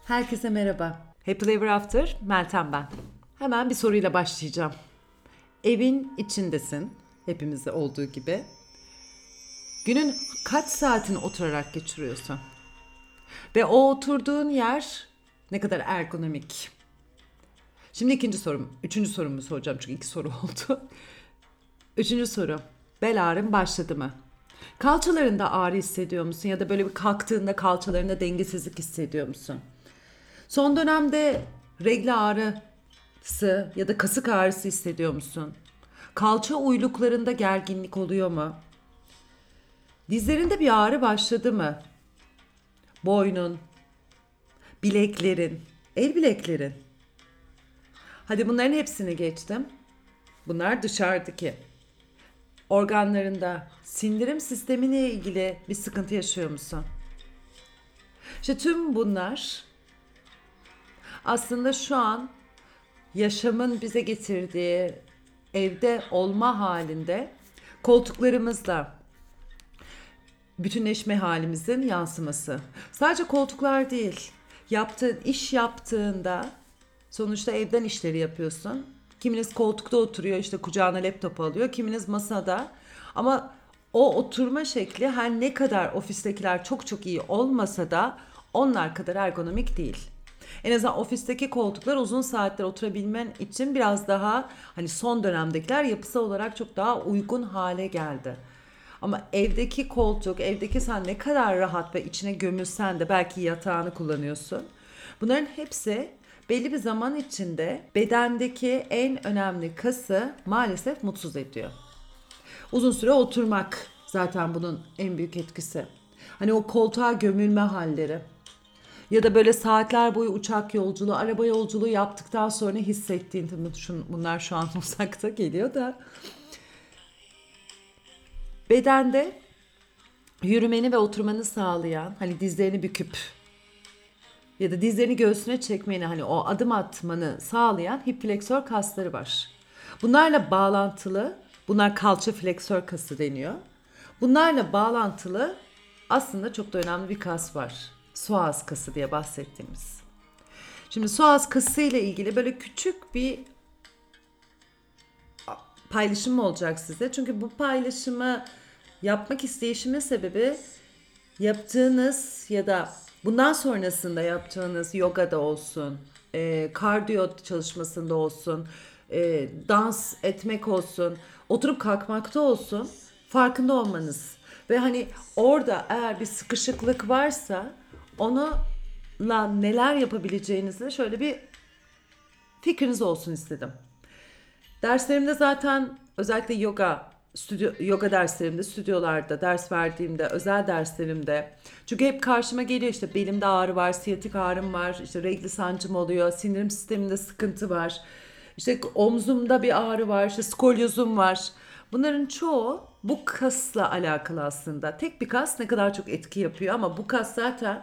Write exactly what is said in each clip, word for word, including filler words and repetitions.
Herkese merhaba. Happy Ever After, Meltem ben. Hemen bir soruyla başlayacağım. Evin içindesin, hepimizde olduğu gibi. Günün kaç saatini oturarak geçiriyorsun? Ve o oturduğun yer ne kadar ergonomik? Şimdi ikinci sorum, üçüncü sorumu soracağım çünkü iki soru oldu. Üçüncü soru, bel ağrın başladı mı? Kalçalarında ağrı hissediyor musun? Ya da böyle bir kalktığında kalçalarında dengesizlik hissediyor musun? Son dönemde regl ağrısı ya da kasık ağrısı hissediyor musun? Kalça uyluklarında gerginlik oluyor mu? Dizlerinde bir ağrı başladı mı? Boynun, bileklerin, el bileklerin. Hadi bunların hepsini geçtim. Bunlar dışarıdaki. Organlarında, sindirim sistemine ilgili bir sıkıntı yaşıyor musun? İşte tüm bunlar aslında şu an yaşamın bize getirdiği evde olma halinde koltuklarımızla bütünleşme halimizin yansıması. Sadece koltuklar değil, yaptığın iş yaptığında sonuçta evden işleri yapıyorsun. Kiminiz koltukta oturuyor, işte kucağına laptop alıyor, kiminiz masada. Ama o oturma şekli her ne kadar ofistekiler çok çok iyi olmasa da onlar kadar ergonomik değil. En azından ofisteki koltuklar uzun saatler oturabilmen için biraz daha hani son dönemdekiler yapısal olarak çok daha uygun hale geldi. Ama evdeki koltuk, evdeki sen ne kadar rahat ve içine gömülsen de belki yatağını kullanıyorsun. Bunların hepsi belli bir zaman içinde bedendeki en önemli kası maalesef mutsuz ediyor. Uzun süre oturmak zaten bunun en büyük etkisi. Hani o koltuğa gömülme halleri. Ya da böyle saatler boyu uçak yolculuğu, araba yolculuğu yaptıktan sonra hissettiğin, bunlar şu an uzakta geliyor da. Bedende yürümeni ve oturmanı sağlayan, hani dizlerini büküp ya da dizlerini göğsüne çekmeni, hani o adım atmanı sağlayan hip fleksör kasları var. Bunlarla bağlantılı, bunlar kalça fleksör kası deniyor. Bunlarla bağlantılı aslında çok da önemli bir kas var. Psoas kası diye bahsettiğimiz. Şimdi psoas kası ile ilgili böyle küçük bir paylaşım olacak size. Çünkü bu paylaşımı yapmak isteyişimin sebebi yaptığınız ya da bundan sonrasında yaptığınız yogada olsun, e, kardiyo çalışmasında olsun, e, dans etmek olsun, oturup kalkmakta olsun farkında olmanız. Ve hani orada eğer bir sıkışıklık varsa onunla neler yapabileceğinizi şöyle bir fikriniz olsun istedim. Derslerimde zaten özellikle yoga, stüdyo, yoga derslerimde, stüdyolarda ders verdiğimde, özel derslerimde. Çünkü hep karşıma geliyor işte belimde ağrı var, siyatik ağrım var, işte regl sancım oluyor, sindirim sisteminde sıkıntı var. İşte omzumda bir ağrı var, işte skolyozum var. Bunların çoğu bu kasla alakalı aslında. Tek bir kas ne kadar çok etki yapıyor ama bu kas zaten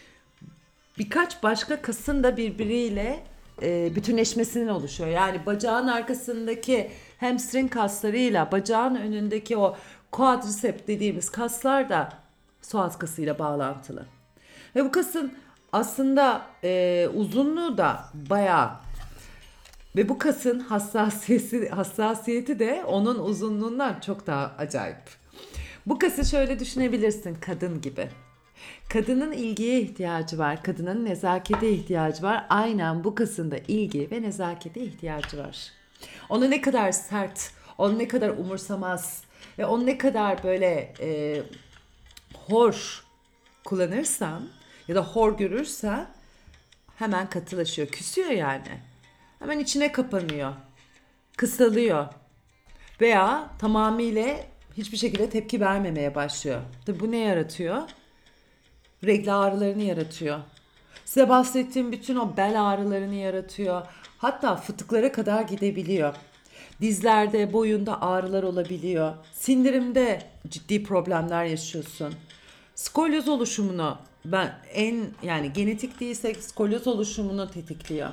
birkaç başka kasın da birbiriyle e, bütünleşmesinin oluşuyor. Yani bacağın arkasındaki hamstring kaslarıyla bacağın önündeki o quadriceps dediğimiz kaslar da psoas kasıyla bağlantılı. Ve bu kasın aslında e, uzunluğu da bayağı ve bu kasın hassasiyeti, hassasiyeti de onun uzunluğundan çok daha acayip. Bu kası şöyle düşünebilirsin, kadın gibi. Kadının ilgiye ihtiyacı var, kadının nezakete ihtiyacı var. Aynen bu kasın da ilgi ve nezakete ihtiyacı var. Onu ne kadar sert, onu ne kadar umursamaz ve onu ne kadar böyle e, hor kullanırsan ya da hor görürsen hemen katılaşıyor, küsüyor yani. Hemen içine kapanıyor, kısalıyor veya tamamıyla hiçbir şekilde tepki vermemeye başlıyor. Tabii bu ne yaratıyor? Regl ağrılarını yaratıyor. Size bahsettiğim bütün o bel ağrılarını yaratıyor. Hatta fıtıklara kadar gidebiliyor. Dizlerde, boyunda ağrılar olabiliyor. Sindirimde ciddi problemler yaşıyorsun. Skolyoz oluşumunu ben en yani genetik değilse skolyoz oluşumunu tetikliyor.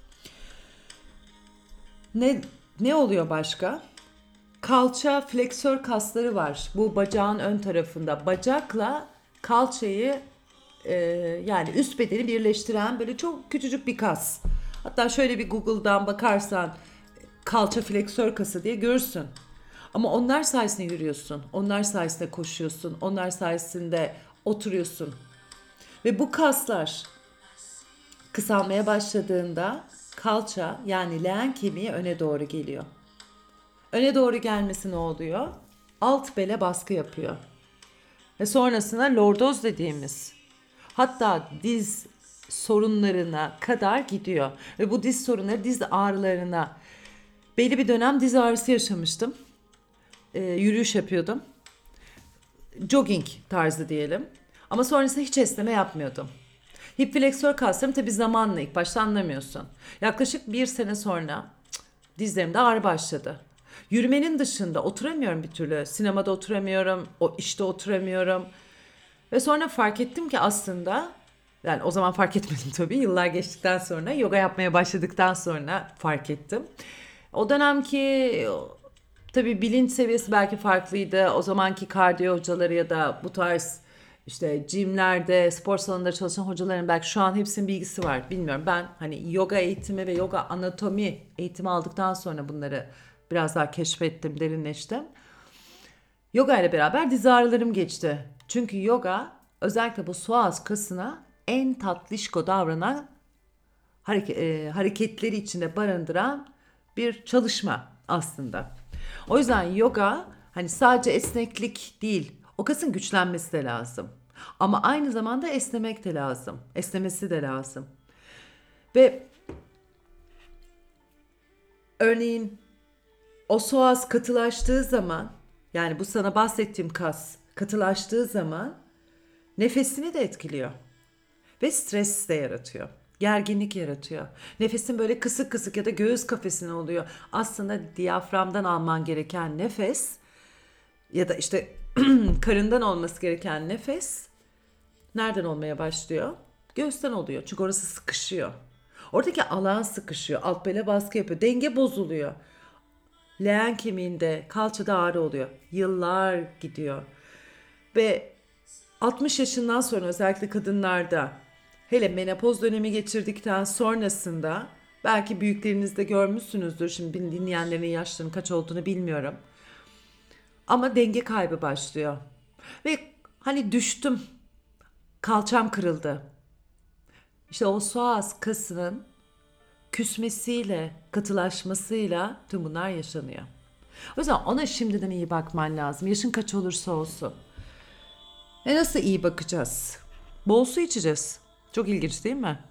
Ne ne oluyor başka? Kalça fleksör kasları var. Bu bacağın ön tarafında. Bacakla kalçayı e, yani üst bedeni birleştiren böyle çok küçücük bir kas. Hatta şöyle bir Google'dan bakarsan kalça fleksör kası diye görürsün. Ama onlar sayesinde yürüyorsun, onlar sayesinde koşuyorsun, onlar sayesinde oturuyorsun. Ve bu kaslar kısalmaya başladığında kalça yani leğen kemiği öne doğru geliyor. Öne doğru gelmesi ne oluyor? Alt bele baskı yapıyor. Ve sonrasında lordoz dediğimiz, hatta diz sorunlarına kadar gidiyor. Ve bu diz sorunları diz ağrılarına, belli bir dönem diz ağrısı yaşamıştım. Ee, yürüyüş yapıyordum. Jogging tarzı diyelim. Ama sonrasında hiç esneme yapmıyordum. Hip fleksör kaslarım tabii zamanla ilk başta anlamıyorsun. Yaklaşık bir sene sonra cık, dizlerimde ağrı başladı. Yürümenin dışında oturamıyorum bir türlü. Sinemada oturamıyorum, o işte oturamıyorum. Ve sonra fark ettim ki aslında, yani o zaman fark etmedim tabii. Yıllar geçtikten sonra, yoga yapmaya başladıktan sonra fark ettim. O dönemki tabii bilinç seviyesi belki farklıydı. O zamanki kardiyo hocaları ya da bu tarz işte jimlerde, spor salonunda çalışan hocaların belki şu an hepsinin bilgisi var. Bilmiyorum, ben hani yoga eğitimi ve yoga anatomi eğitimi aldıktan sonra bunları biraz daha keşfettim, derinleştim. Yoga ile beraber diz ağrılarım geçti. Çünkü yoga özellikle bu psoas kasına en tatlışko davranan hareket, e, hareketleri içinde barındıran bir çalışma aslında. O yüzden yoga hani sadece esneklik değil, o kasın güçlenmesi de lazım. Ama aynı zamanda esnemek de lazım. Esnemesi de lazım. Ve örneğin o psoas katılaştığı zaman, yani bu sana bahsettiğim kas katılaştığı zaman nefesini de etkiliyor. Ve stres de yaratıyor. Gerginlik yaratıyor. Nefesin böyle kısık kısık ya da göğüs kafesine oluyor. Aslında diyaframdan alman gereken nefes ya da işte karından olması gereken nefes nereden olmaya başlıyor? Göğüsten oluyor. Çünkü orası sıkışıyor. Oradaki alan sıkışıyor. Alt bele baskı yapıyor. Denge bozuluyor. Leğen kemiğinde, kalçada ağrı oluyor. Yıllar gidiyor. Ve altmış yaşından sonra özellikle kadınlarda, hele menopoz dönemi geçirdikten sonrasında, belki büyüklerinizde görmüşsünüzdür. Şimdi dinleyenlerin yaşlarının kaç olduğunu bilmiyorum. Ama denge kaybı başlıyor. Ve hani düştüm, kalçam kırıldı. İşte o psoas kasının küsmesiyle, katılaşmasıyla tüm bunlar yaşanıyor. O yüzden ona şimdiden iyi bakman lazım. Yaşın kaç olursa olsun. E nasıl iyi bakacağız? Bol su içeceğiz. Çok ilginç değil mi?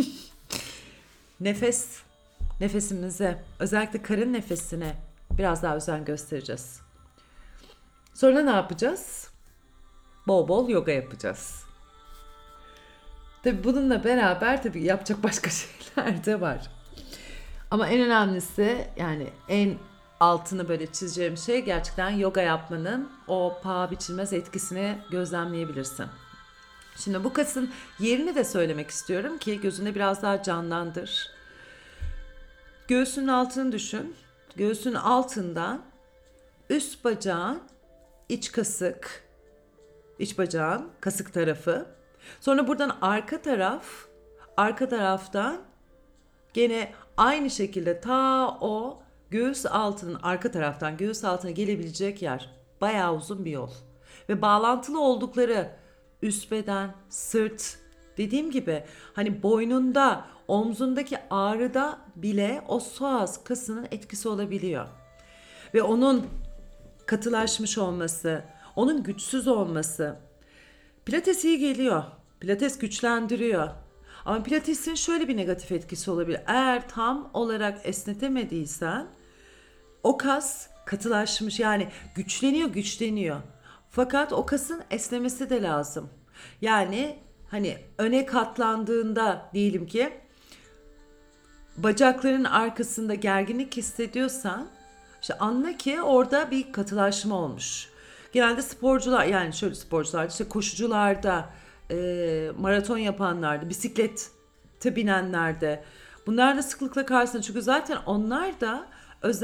Nefes, nefesimize, özellikle karın nefesine biraz daha özen göstereceğiz. Sonra ne yapacağız? Bol bol yoga yapacağız. Tabii bununla beraber tabii yapacak başka şeyler de var. Ama en önemlisi, yani en altını böyle çizeceğim şey, gerçekten yoga yapmanın o paha biçilmez etkisini gözlemleyebilirsin. Şimdi bu kasın yerini de söylemek istiyorum ki gözünde biraz daha canlandır. Göğsünün altını düşün. Göğsünün altından üst bacağın iç kasık, iç bacağın kasık tarafı. Sonra buradan arka taraf, arka taraftan gene aynı şekilde ta o göğüs altının arka taraftan göğüs altına gelebilecek yer bayağı uzun bir yol. Ve bağlantılı oldukları üst beden, sırt, dediğim gibi hani boynunda, omzundaki ağrıda bile o psoas kasının etkisi olabiliyor. Ve onun katılaşmış olması, onun güçsüz olması. Pilates iyi geliyor. Pilates güçlendiriyor. Ama pilatesin şöyle bir negatif etkisi olabilir. Eğer tam olarak esnetemediysen o kas katılaşmış, yani güçleniyor güçleniyor. Fakat o kasın esnemesi de lazım. Yani hani öne katlandığında diyelim ki bacakların arkasında gerginlik hissediyorsan, işte anla ki orada bir katılaşma olmuş. Genelde sporcular, yani şöyle sporcular, işte koşucularda, e, maraton yapanlarda, bisiklete binenlerde, bunlar da sıklıkla karşısında, çünkü zaten onlar da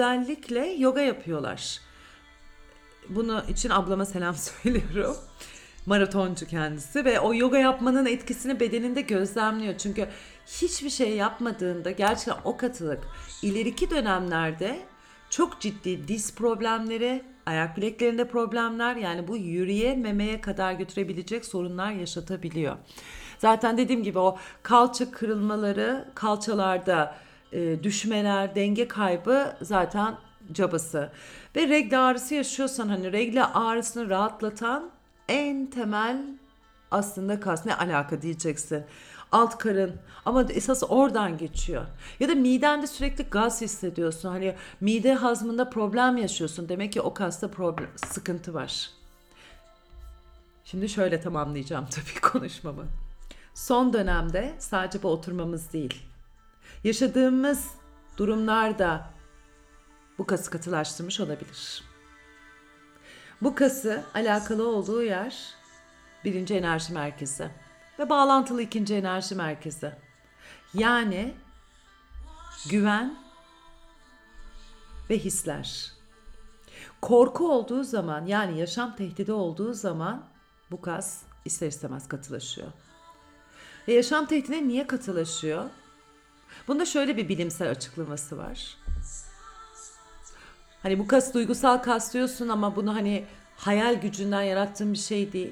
özellikle yoga yapıyorlar. Bunun için ablama selam söylüyorum. Maratoncu kendisi ve o yoga yapmanın etkisini bedeninde gözlemliyor. Çünkü hiçbir şey yapmadığında gerçekten o katılık ileriki dönemlerde çok ciddi diz problemleri, ayak bileklerinde problemler, yani bu yürüyememeye kadar götürebilecek sorunlar yaşatabiliyor. Zaten dediğim gibi o kalça kırılmaları, kalçalarda e, düşmeler, denge kaybı zaten cabası. Ve regle ağrısı yaşıyorsan, hani regle ağrısını rahatlatan en temel aslında kas, ne alaka diyeceksin. Alt karın, ama esas oradan geçiyor. Ya da midende sürekli gaz hissediyorsun. Hani mide hazmında problem yaşıyorsun. Demek ki o kasta problem, sıkıntı var. Şimdi şöyle tamamlayacağım tabii konuşmamı. Son dönemde sadece bu oturmamız değil, yaşadığımız durumlar da bu kası katılaştırmış olabilir. Bu kası alakalı olduğu yer birinci enerji merkezi ve bağlantılı ikinci enerji merkezi. Yani güven ve hisler. Korku olduğu zaman, yani yaşam tehdidi olduğu zaman bu kas ister istemez katılaşıyor. Ve yaşam tehdidine niye katılaşıyor? Bunda şöyle bir bilimsel açıklaması var. Hani bu kas duygusal kas diyorsun ama bunu hani hayal gücünden yarattığın bir şey değil.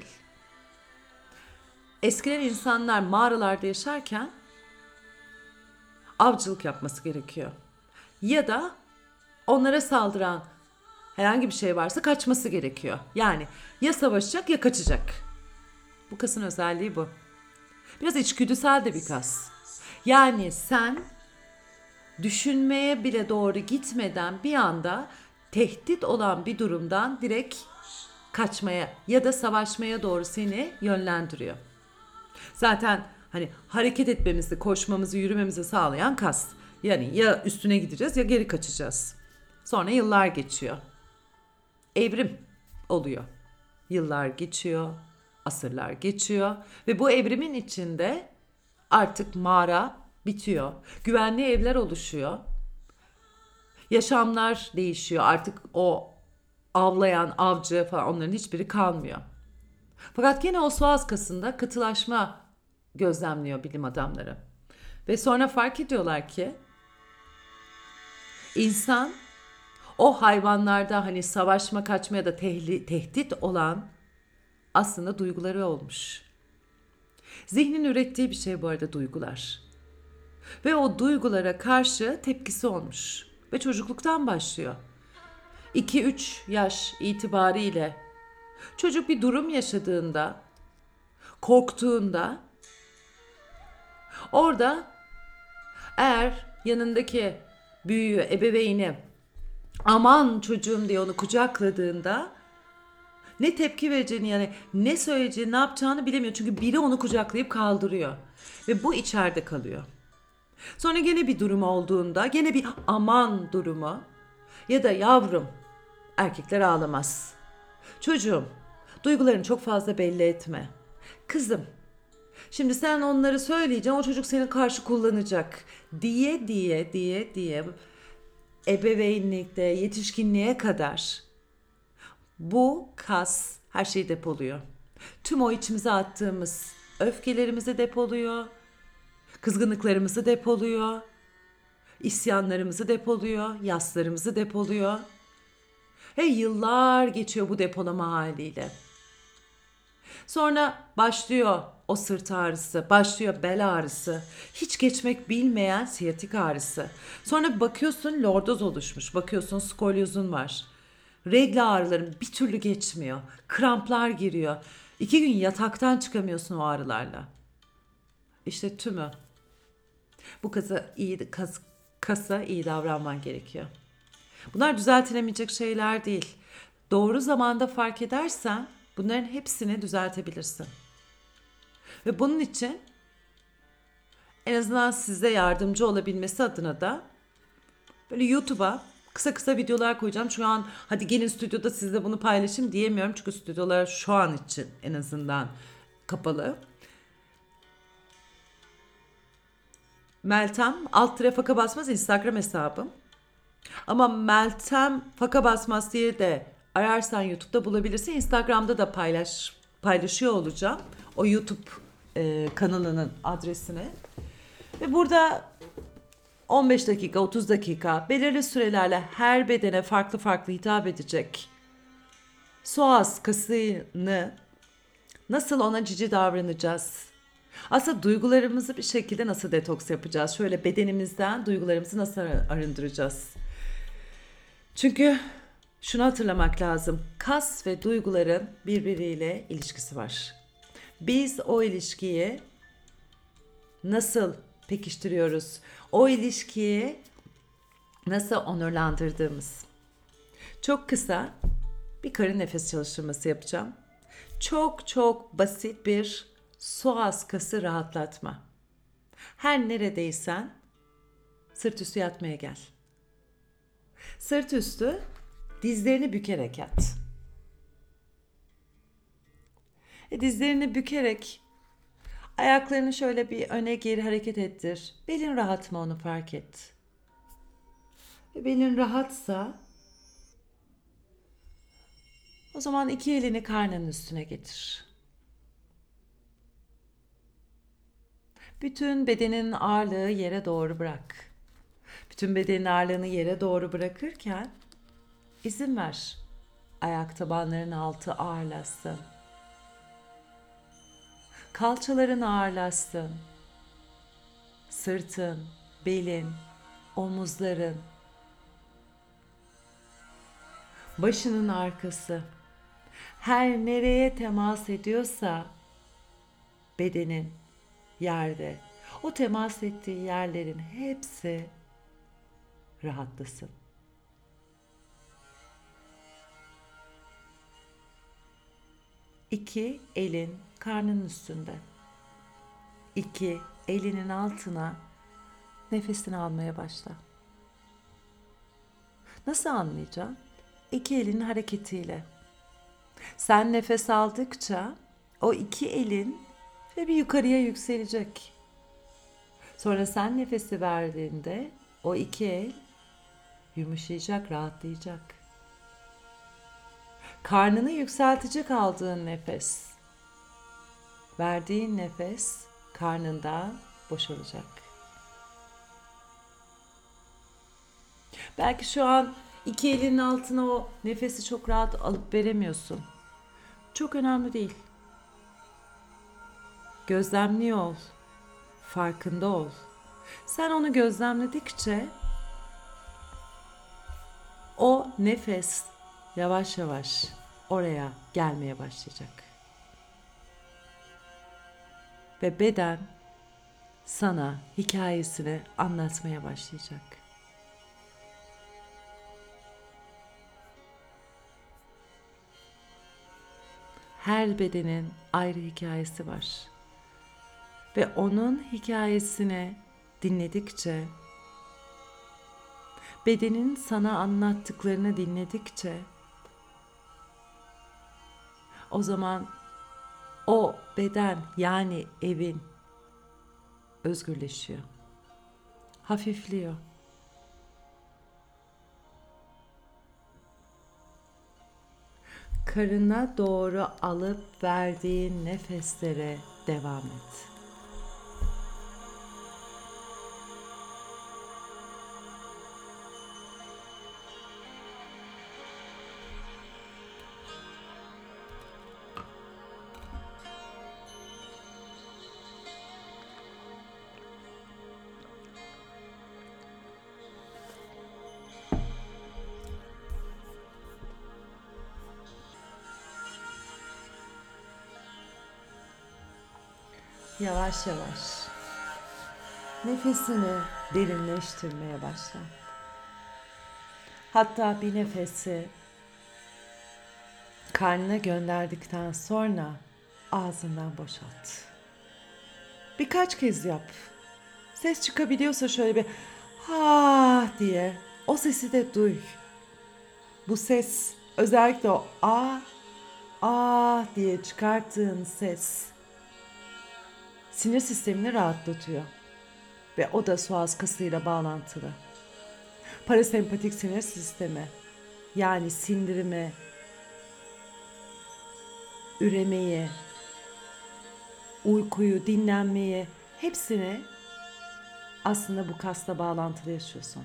Eskiden insanlar mağaralarda yaşarken avcılık yapması gerekiyor. Ya da onlara saldıran herhangi bir şey varsa kaçması gerekiyor. Yani ya savaşacak ya kaçacak. Bu kasın özelliği bu. Biraz içgüdüsel de bir kas. Yani sen düşünmeye bile doğru gitmeden bir anda tehdit olan bir durumdan direkt kaçmaya ya da savaşmaya doğru seni yönlendiriyor. Zaten hani hareket etmemizi, koşmamızı, yürümemizi sağlayan kas. Yani ya üstüne gideceğiz ya geri kaçacağız. Sonra yıllar geçiyor. Evrim oluyor. Yıllar geçiyor, asırlar geçiyor ve bu evrimin içinde artık mağara bitiyor. Güvenli evler oluşuyor. Yaşamlar değişiyor. Artık o avlayan, avcı falan, onların hiçbiri kalmıyor. Fakat gene o Soğaz kasında katılaşma gözlemliyor bilim adamları. Ve sonra fark ediyorlar ki insan o hayvanlarda hani savaşma, kaçma ya da tehli, tehdit olan aslında duyguları olmuş. Zihnin ürettiği bir şey bu arada duygular. Ve o duygulara karşı tepkisi olmuş. Ve çocukluktan başlıyor. iki üç yaş itibariyle çocuk bir durum yaşadığında, korktuğunda orada eğer yanındaki büyüğü, ebeveyni aman çocuğum diye onu kucakladığında ne tepki vereceğini, yani ne söyleyeceğini, ne yapacağını bilemiyor. Çünkü biri onu kucaklayıp kaldırıyor. Ve bu içeride kalıyor. Sonra gene bir durum olduğunda, gene bir aman durumu ya da yavrum, erkekler ağlamaz. Çocuğum, duygularını çok fazla belli etme. Kızım, şimdi sen onları söyleyeceksin, o çocuk seni karşı kullanacak diye diye diye diye ebeveynlikte, yetişkinliğe kadar bu kas her şeyi depoluyor. Tüm o içimize attığımız öfkelerimizi depoluyor, kızgınlıklarımızı depoluyor, isyanlarımızı depoluyor, yaslarımızı depoluyor. Ve yıllar geçiyor bu depolama haliyle. Sonra başlıyor o sırt ağrısı, başlıyor bel ağrısı, hiç geçmek bilmeyen siyatik ağrısı. Sonra bakıyorsun lordoz oluşmuş, bakıyorsun skolyozun var. Regle ağrıların bir türlü geçmiyor, kramplar giriyor. İki gün yataktan çıkamıyorsun o ağrılarla. İşte tümü. Bu kasa iyi, kas, kasa iyi davranman gerekiyor. Bunlar düzeltilemeyecek şeyler değil. Doğru zamanda fark edersen bunların hepsini düzeltebilirsin. Ve bunun için en azından size yardımcı olabilmesi adına da böyle YouTube'a kısa kısa videolar koyacağım. Şu an hadi gelin stüdyoda sizle bunu paylaşayım diyemiyorum. Çünkü stüdyolar şu an için en azından kapalı. Meltem alt tire faka basmaz Instagram hesabım. Ama Meltem faka basmaz diye de ararsan YouTube'da bulabilirsin. Instagram'da da paylaş paylaşıyor olacağım. O YouTube e, kanalının adresine. Ve burada on beş dakika, otuz dakika belirli sürelerle her bedene farklı farklı hitap edecek psoas kasını nasıl ona cici davranacağız? Aslında duygularımızı bir şekilde nasıl detoks yapacağız? Şöyle bedenimizden duygularımızı nasıl arındıracağız? Çünkü şunu hatırlamak lazım. Kas ve duyguların birbiriyle ilişkisi var. Biz o ilişkiyi nasıl pekiştiriyoruz? O ilişkiyi nasıl onurlandırdığımız. Çok kısa bir karın nefes çalıştırması yapacağım. Çok çok basit bir psoas kası rahatlatma. Her neredeysen sırt üstü yatmaya gel. Sırt üstü dizlerini bükerek yat. E, dizlerini bükerek ayaklarını şöyle bir öne geri hareket ettir. Belin rahat mı onu fark et. E, belin rahatsa o zaman iki elini karnının üstüne getir. Bütün bedenin ağırlığı yere doğru bırak. Bütün bedenin ağırlığını yere doğru bırakırken izin ver. Ayak tabanların altı ağırlaşsın. Kalçaların ağırlaşsın. Sırtın, belin, omuzların, başının arkası. Her nereye temas ediyorsa bedenin yerde, o temas ettiği yerlerin hepsi rahatlasın. İki elin karnının üstünde. İki elinin altına nefesini almaya başla. Nasıl anlayacaksın? İki elin hareketiyle. Sen nefes aldıkça o iki elin ve bir yukarıya yükselecek. Sonra sen nefesi verdiğinde o iki el yumuşayacak, rahatlayacak. Karnını yükseltecek aldığın nefes. Verdiğin nefes karnında boşalacak. Belki şu an iki elinin altına o nefesi çok rahat alıp veremiyorsun. Çok önemli değil. Gözlemliyor ol. Farkında ol. Sen onu gözlemledikçe o nefes yavaş yavaş oraya gelmeye başlayacak. Ve beden sana hikayesini anlatmaya başlayacak. Her bedenin ayrı hikayesi var. Ve onun hikayesini dinledikçe, bedenin sana anlattıklarını dinledikçe, o zaman o beden yani evin özgürleşiyor, hafifliyor. Karına doğru alıp verdiğin nefeslere devam et. Yavaş yavaş nefesini derinleştirmeye başla. Hatta bir nefesi karnına gönderdikten sonra ağzından boşalt. Birkaç kez yap. Ses çıkabiliyorsa şöyle bir ha diye o sesi de duy. Bu ses özellikle o a a diye çıkarttığın ses sinir sistemini rahatlatıyor. Ve o da psoas kasıyla bağlantılı. Parasempatik sinir sistemi, yani sindirimi, üremeyi, uykuyu, dinlenmeyi, hepsini aslında bu kasla bağlantılı yaşıyorsun.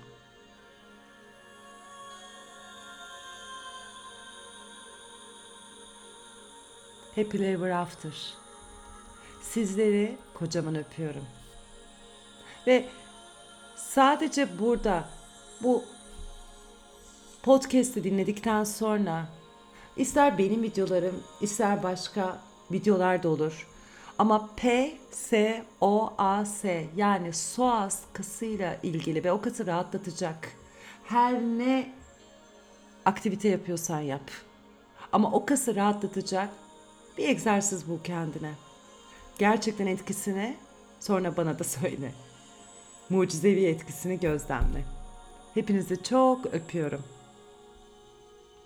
Happily Ever After. Sizleri kocaman öpüyorum. Ve sadece burada bu podcast'i dinledikten sonra ister benim videolarım, ister başka videolar da olur. Ama P S O A S yani psoas kasıyla ilgili ve o kası rahatlatacak her ne aktivite yapıyorsan yap. Ama o kası rahatlatacak bir egzersiz bul kendine. Gerçekten etkisini sonra bana da söyle. Mucizevi etkisini gözlemle. Hepinizi çok öpüyorum.